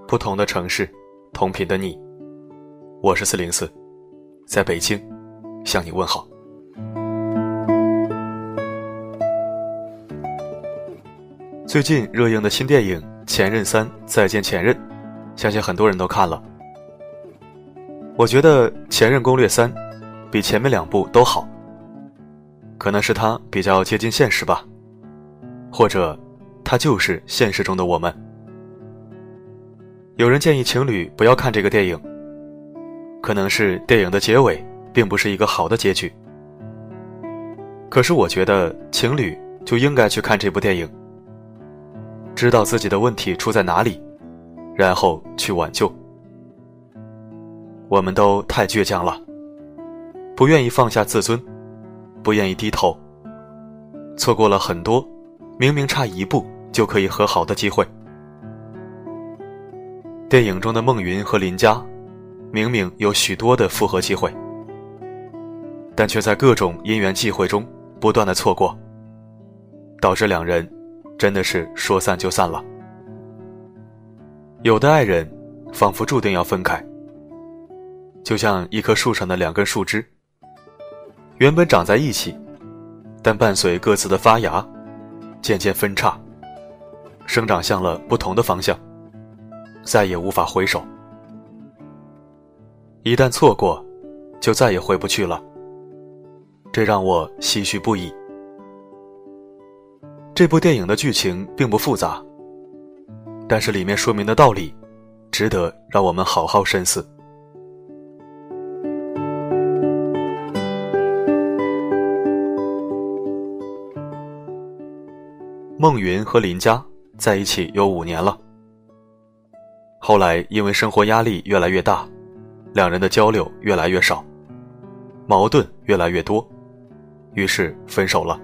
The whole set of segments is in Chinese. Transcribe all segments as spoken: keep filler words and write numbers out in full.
不同的城市，同频的你，我是四零四，在北京向你问好。最近热映的新电影《前任三再见前任》，相信很多人都看了。我觉得《前任攻略三》比前面两部都好，可能是它比较接近现实吧，或者它就是现实中的我们。有人建议情侣不要看这个电影，可能是电影的结尾并不是一个好的结局。可是我觉得情侣就应该去看这部电影，知道自己的问题出在哪里，然后去挽救。我们都太倔强了，不愿意放下自尊，不愿意低头，错过了很多明明差一步就可以和好的机会。电影中的孟云和林佳明明有许多的复合机会，但却在各种因缘际会中不断的错过，导致两人真的是说散就散了。有的爱人仿佛注定要分开，就像一棵树上的两根树枝，原本长在一起，但伴随各自的发芽，渐渐分叉，生长向了不同的方向，再也无法回首。一旦错过，就再也回不去了，这让我唏嘘不已。这部电影的剧情并不复杂，但是里面说明的道理值得让我们好好深思。孟云和林佳在一起有五年了，后来因为生活压力越来越大，两人的交流越来越少，矛盾越来越多，于是分手了。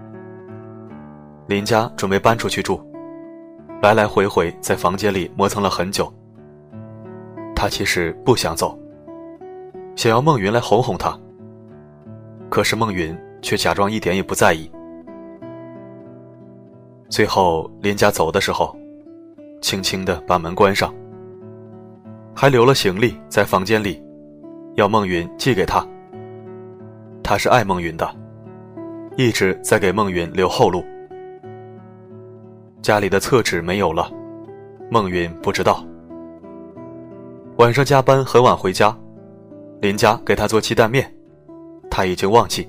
林佳准备搬出去住，来来回回在房间里磨蹭了很久。他其实不想走，想要孟云来哄哄他，可是孟云却假装一点也不在意。最后林佳走的时候，轻轻地把门关上，还留了行李在房间里，要孟云寄给他。他是爱孟云的，一直在给孟云留后路。家里的厕纸没有了，孟云不知道。晚上加班很晚回家，林佳给他做鸡蛋面，他已经忘记。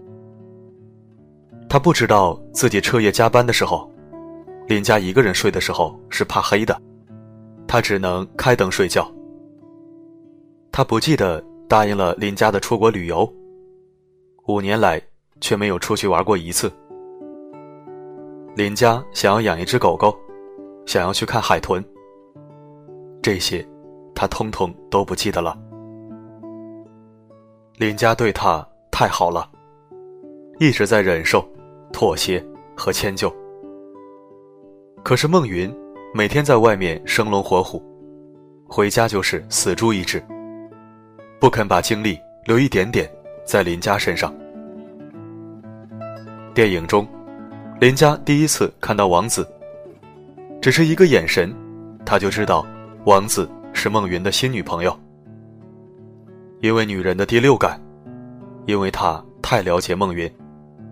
他不知道自己彻夜加班的时候，林佳一个人睡的时候是怕黑的，他只能开灯睡觉。他不记得答应了林佳的出国旅游，五年来却没有出去玩过一次。林佳想要养一只狗狗，想要去看海豚，这些他通通都不记得了。林佳对他太好了，一直在忍受、妥协和迁就。可是孟云每天在外面生龙活虎，回家就是死猪一只，不肯把精力留一点点在林佳身上。电影中林佳第一次看到王子，只是一个眼神，他就知道王子是孟云的新女朋友。因为女人的第六感，因为他太了解孟云。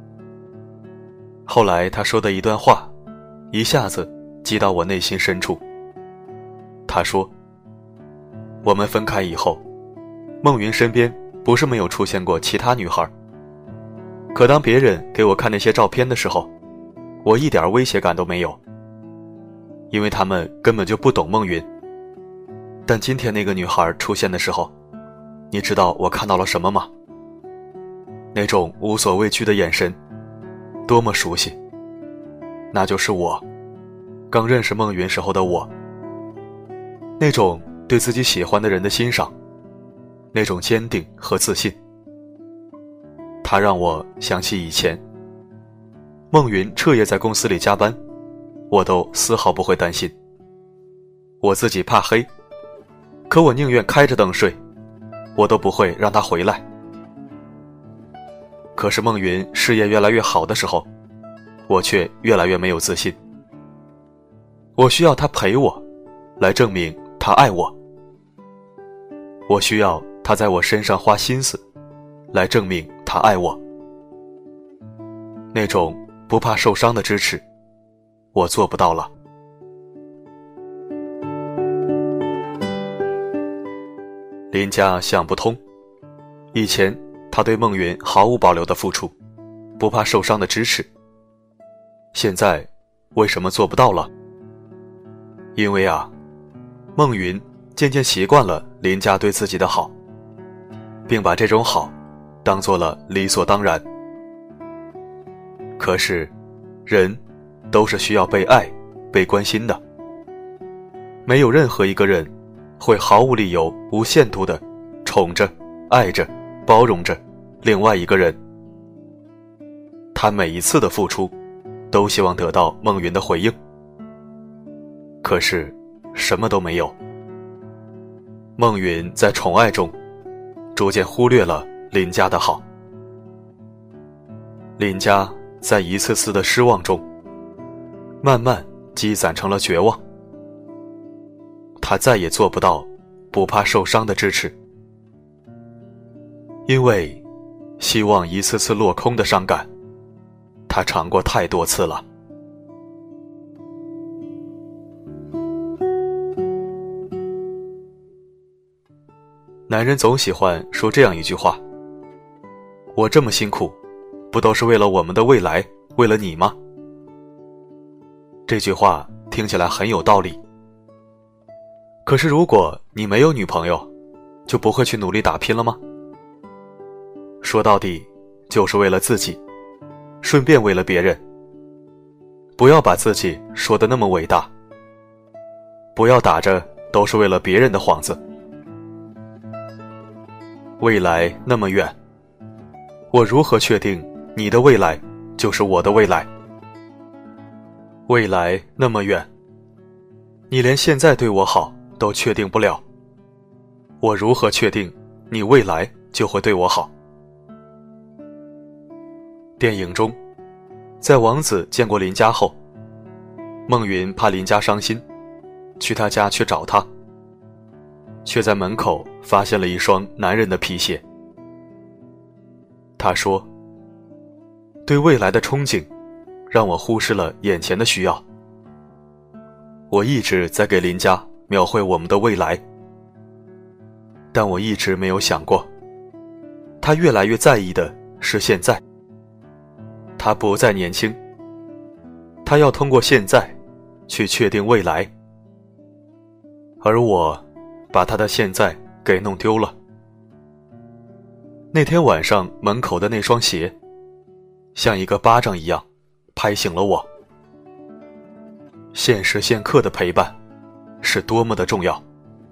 后来他说的一段话一下子击到我内心深处。他说，我们分开以后，孟云身边不是没有出现过其他女孩，可当别人给我看那些照片的时候，我一点威胁感都没有，因为他们根本就不懂孟云。但今天那个女孩出现的时候，你知道我看到了什么吗？那种无所畏惧的眼神，多么熟悉，那就是我刚认识孟云时候的我。那种对自己喜欢的人的欣赏，那种坚定和自信，它让我想起以前孟云彻夜在公司里加班，我都丝毫不会担心。我自己怕黑，可我宁愿开着灯睡，我都不会让他回来。可是孟云事业越来越好的时候，我却越来越没有自信。我需要他陪我，来证明他爱我。我需要他在我身上花心思，来证明他爱我。那种不怕受伤的支持，我做不到了。林佳想不通，以前他对孟云毫无保留的付出，不怕受伤的支持，现在为什么做不到了？因为啊，孟云渐渐习惯了林佳对自己的好，并把这种好当作了理所当然。可是人都是需要被爱被关心的，没有任何一个人会毫无理由无限度的宠着爱着包容着另外一个人。他每一次的付出都希望得到孟云的回应，可是什么都没有。孟云在宠爱中逐渐忽略了林佳的好，林佳在一次次的失望中慢慢积攒成了绝望。他再也做不到不怕受伤的支持，因为希望一次次落空的伤感他尝过太多次了。男人总喜欢说这样一句话，我这么辛苦不都是为了我们的未来，为了你吗？这句话听起来很有道理，可是如果你没有女朋友，就不会去努力打拼了吗？说到底就是为了自己，顺便为了别人。不要把自己说得那么伟大，不要打着都是为了别人的幌子。未来那么远，我如何确定你的未来就是我的未来？未来那么远，你连现在对我好都确定不了，我如何确定你未来就会对我好？电影中，在王子见过林佳后，孟云怕林佳伤心，去他家去找他，却在门口发现了一双男人的皮鞋。他说，对未来的憧憬让我忽视了眼前的需要。我一直在给林佳描绘我们的未来，但我一直没有想过，他越来越在意的是现在。他不再年轻，他要通过现在去确定未来，而我把他的现在给弄丢了。那天晚上门口的那双鞋像一个巴掌一样拍醒了我。现时现刻的陪伴是多么的重要。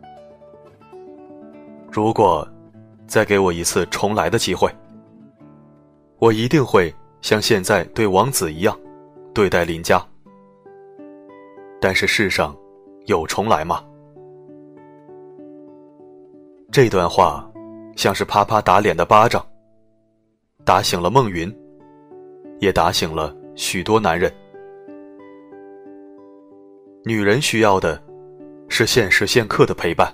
如果再给我一次重来的机会，我一定会像现在对王子一样对待林佳。但是世上有重来吗？这段话像是啪啪打脸的巴掌，打醒了孟云，也打醒了许多男人。女人需要的是现时现刻的陪伴，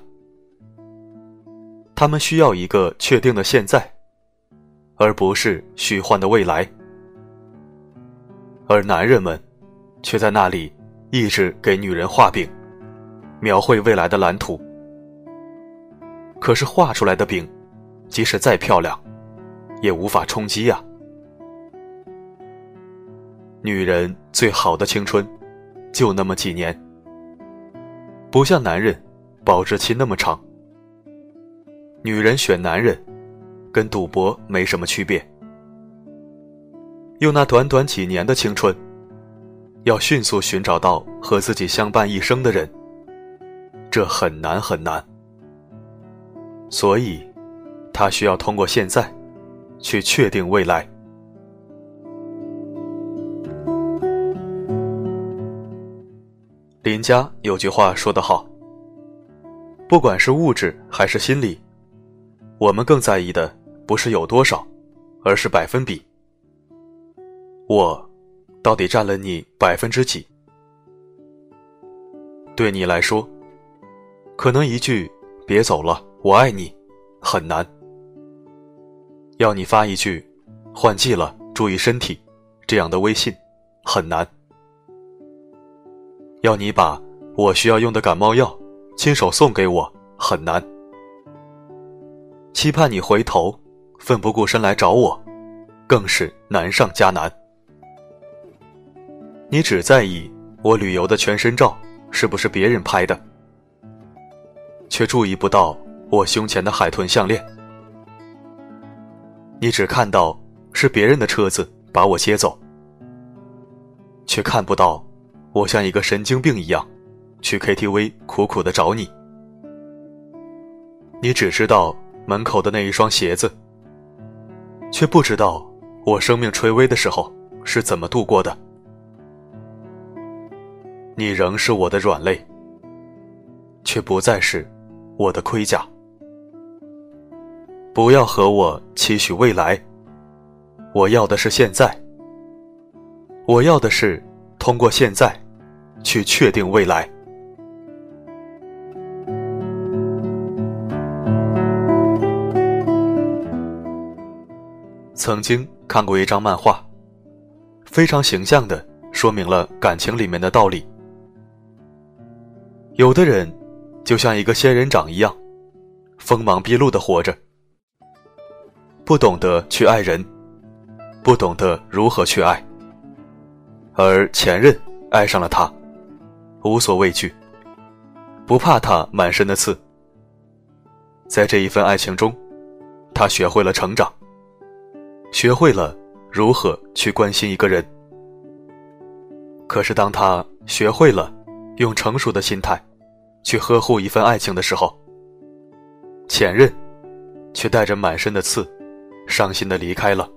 她们需要一个确定的现在，而不是虚幻的未来。而男人们却在那里一直给女人画饼，描绘未来的蓝图。可是画出来的饼即使再漂亮，也无法充饥啊。女人最好的青春就那么几年，不像男人保质期那么长。女人选男人跟赌博没什么区别，用那短短几年的青春，要迅速寻找到和自己相伴一生的人，这很难很难。所以她需要通过现在去确定未来。林佳有句话说得好，不管是物质还是心理，我们更在意的不是有多少，而是百分比。我到底占了你百分之几？对你来说， 可能一句别走了，我爱你很难，要你发一句换季了注意身体这样的微信很难，要你把我需要用的感冒药亲手送给我很难，期盼你回头奋不顾身来找我更是难上加难。你只在意我旅游的全身照是不是别人拍的，却注意不到我胸前的海豚项链。你只看到是别人的车子把我接走，却看不到我像一个神经病一样去 K T V 苦苦地找你。你只知道门口的那一双鞋子，却不知道我生命垂危的时候是怎么度过的。你仍是我的软肋，却不再是我的盔甲。不要和我期许未来，我要的是现在。我要的是通过现在去确定未来。曾经看过一张漫画，非常形象地说明了感情里面的道理。有的人就像一个仙人掌一样，锋芒毕露地活着，不懂得去爱人，不懂得如何去爱，而前任爱上了他，无所畏惧，不怕他满身的刺。在这一份爱情中，他学会了成长，学会了如何去关心一个人。可是当他学会了用成熟的心态去呵护一份爱情的时候，前任却带着满身的刺，伤心地离开了。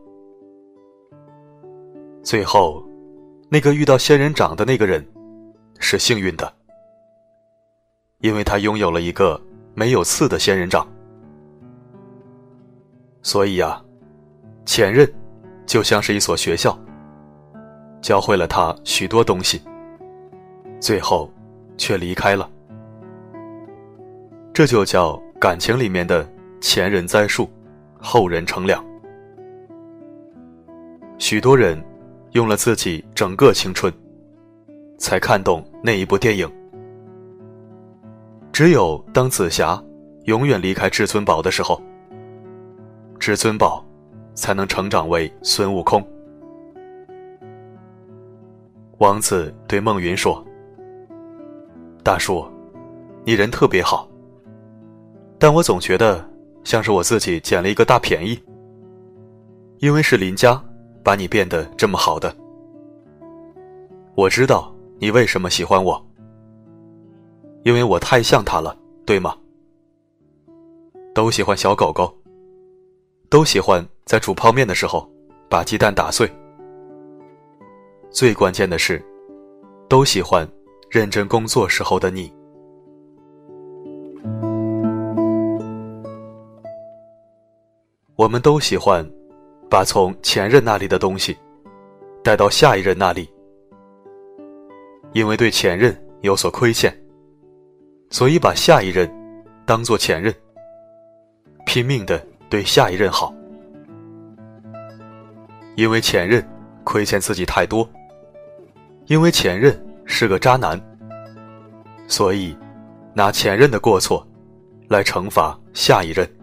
最后，那个遇到仙人掌的那个人是幸运的，因为他拥有了一个没有刺的仙人掌。所以啊，前任就像是一所学校，教会了他许多东西，最后却离开了。这就叫感情里面的前人栽树，后人乘凉。许多人用了自己整个青春才看懂那一部电影，只有当紫霞永远离开至尊宝的时候，至尊宝才能成长为孙悟空。王子对孟云说，大叔，你人特别好，但我总觉得像是我自己捡了一个大便宜，因为是林家把你变得这么好的。我知道你为什么喜欢我，因为我太像他了，对吗？都喜欢小狗狗，都喜欢在煮泡面的时候把鸡蛋打碎，最关键的是都喜欢认真工作时候的你。我们都喜欢把从前任那里的东西带到下一任那里，因为对前任有所亏欠，所以把下一任当作前任，拼命地对下一任好。因为前任亏欠自己太多，因为前任是个渣男，所以拿前任的过错来惩罚下一任。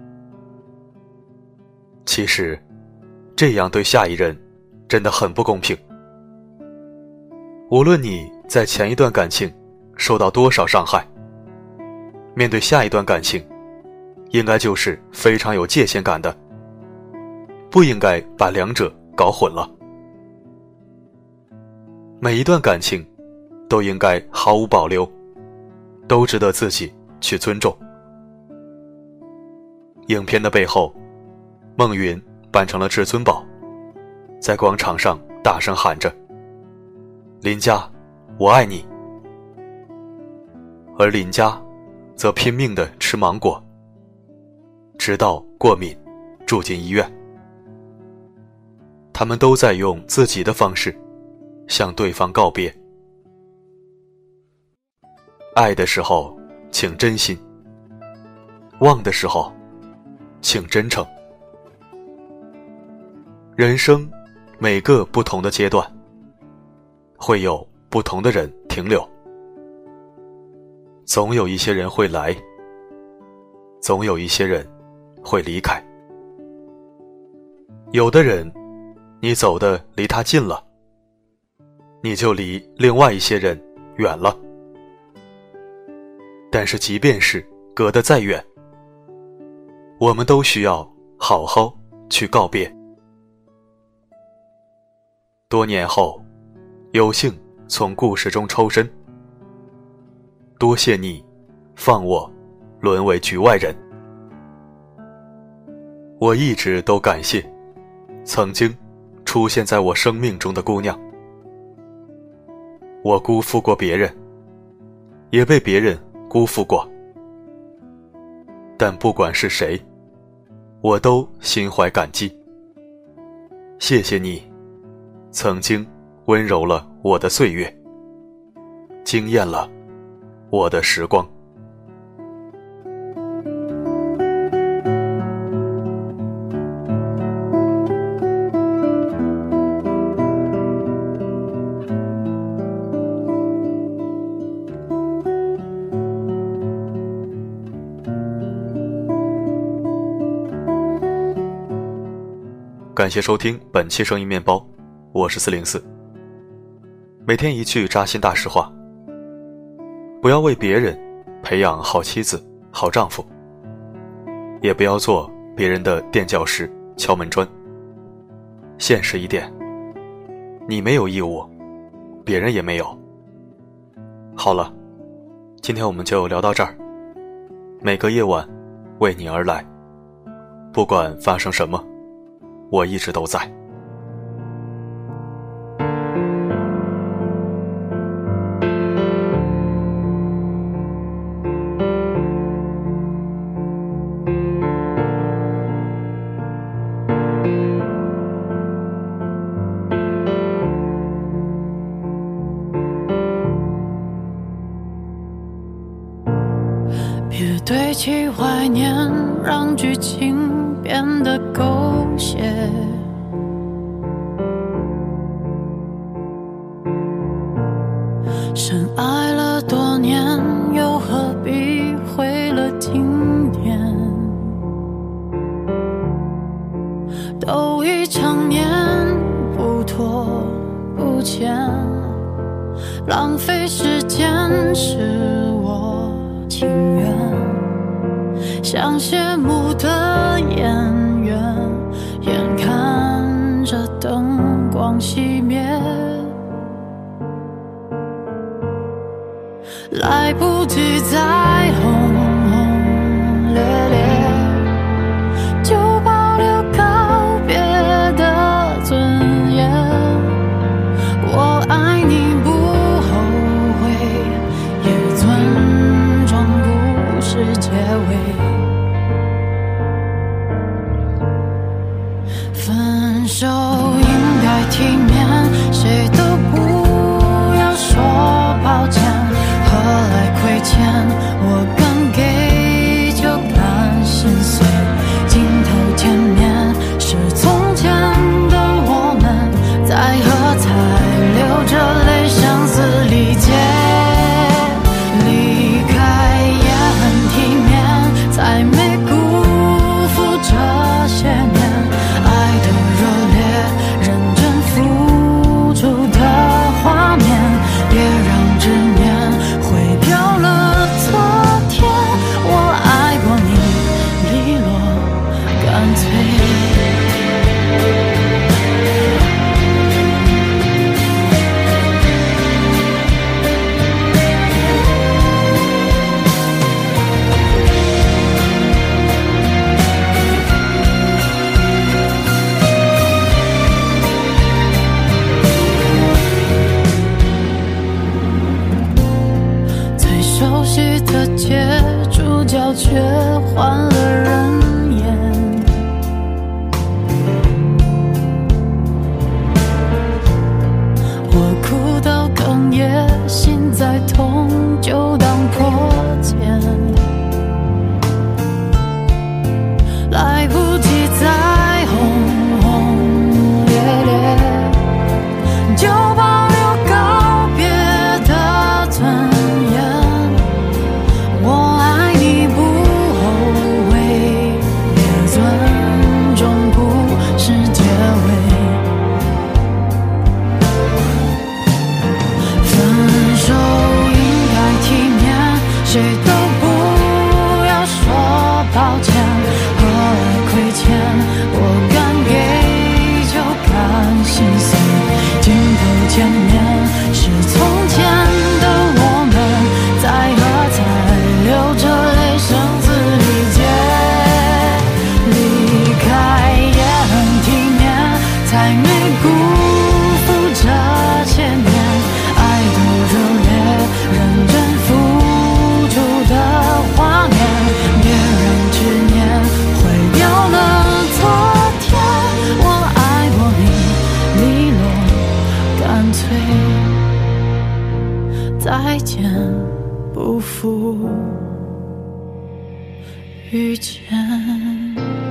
其实这样对下一任真的很不公平。无论你在前一段感情受到多少伤害，面对下一段感情应该就是非常有界限感的，不应该把两者搞混了。每一段感情都应该毫无保留，都值得自己去尊重。影片的背后，孟云扮成了至尊宝，在广场上大声喊着，林家，我爱你。而林家则拼命地吃芒果，直到过敏住进医院。他们都在用自己的方式向对方告别。爱的时候请真心；忘的时候，请真诚。人生每个不同的阶段，会有不同的人停留，总有一些人会来，总有一些人会离开。有的人，你走得离他近了，你就离另外一些人远了。但是即便是隔得再远，我们都需要好好去告别。多年后，有幸从故事中抽身，多谢你放我沦为局外人。我一直都感谢曾经出现在我生命中的姑娘。我辜负过别人，也被别人辜负过，但不管是谁，我都心怀感激。谢谢你曾经温柔了我的岁月，惊艳了我的时光。感谢收听本期声音面包，我是四零四。每天一句扎心大实话，不要为别人培养好妻子好丈夫，也不要做别人的垫脚石敲门砖。现实一点，你没有义务，别人也没有。好了，今天我们就聊到这儿。每个夜晚为你而来，不管发生什么，我一直都在。 别堆砌怀念，让剧情变得狗血。深爱了多年，又何必毁了经典？都已成年，不拖不欠，浪费时间是我情愿。像谢幕的演员，眼看着灯光熄灭，来不及再轰轰烈烈，就保留告别的尊严。我爱你不后悔，也尊重故事结尾。分手应该体面，谁都不要说抱歉，何来亏欠？我敢给就敢心碎，镜头前面是从前的我们，在喝彩流着泪相思理解。离开也很体面，才没辜负这些年爱的热烈，认真付出的画面，别让执念毁掉了昨天。我爱过你，利落干脆。熟悉的街，主角却换了人演。我哭到哽夜，心再痛就当破茧，来不及再轰轰烈烈，就保留告别的尊严。我爱你不后悔，也尊重不是结尾。分手应该体面，谁都不要说抱歉。何来亏欠？我敢给就敢心碎。镜头前面是从前的我们，在喝彩，流着泪，生死理解。离开也很体面，才没辜负这些年爱的热烈，认真付出的画面。别让执念毁掉了昨天，我爱过你，利落干脆，再见不负遇见。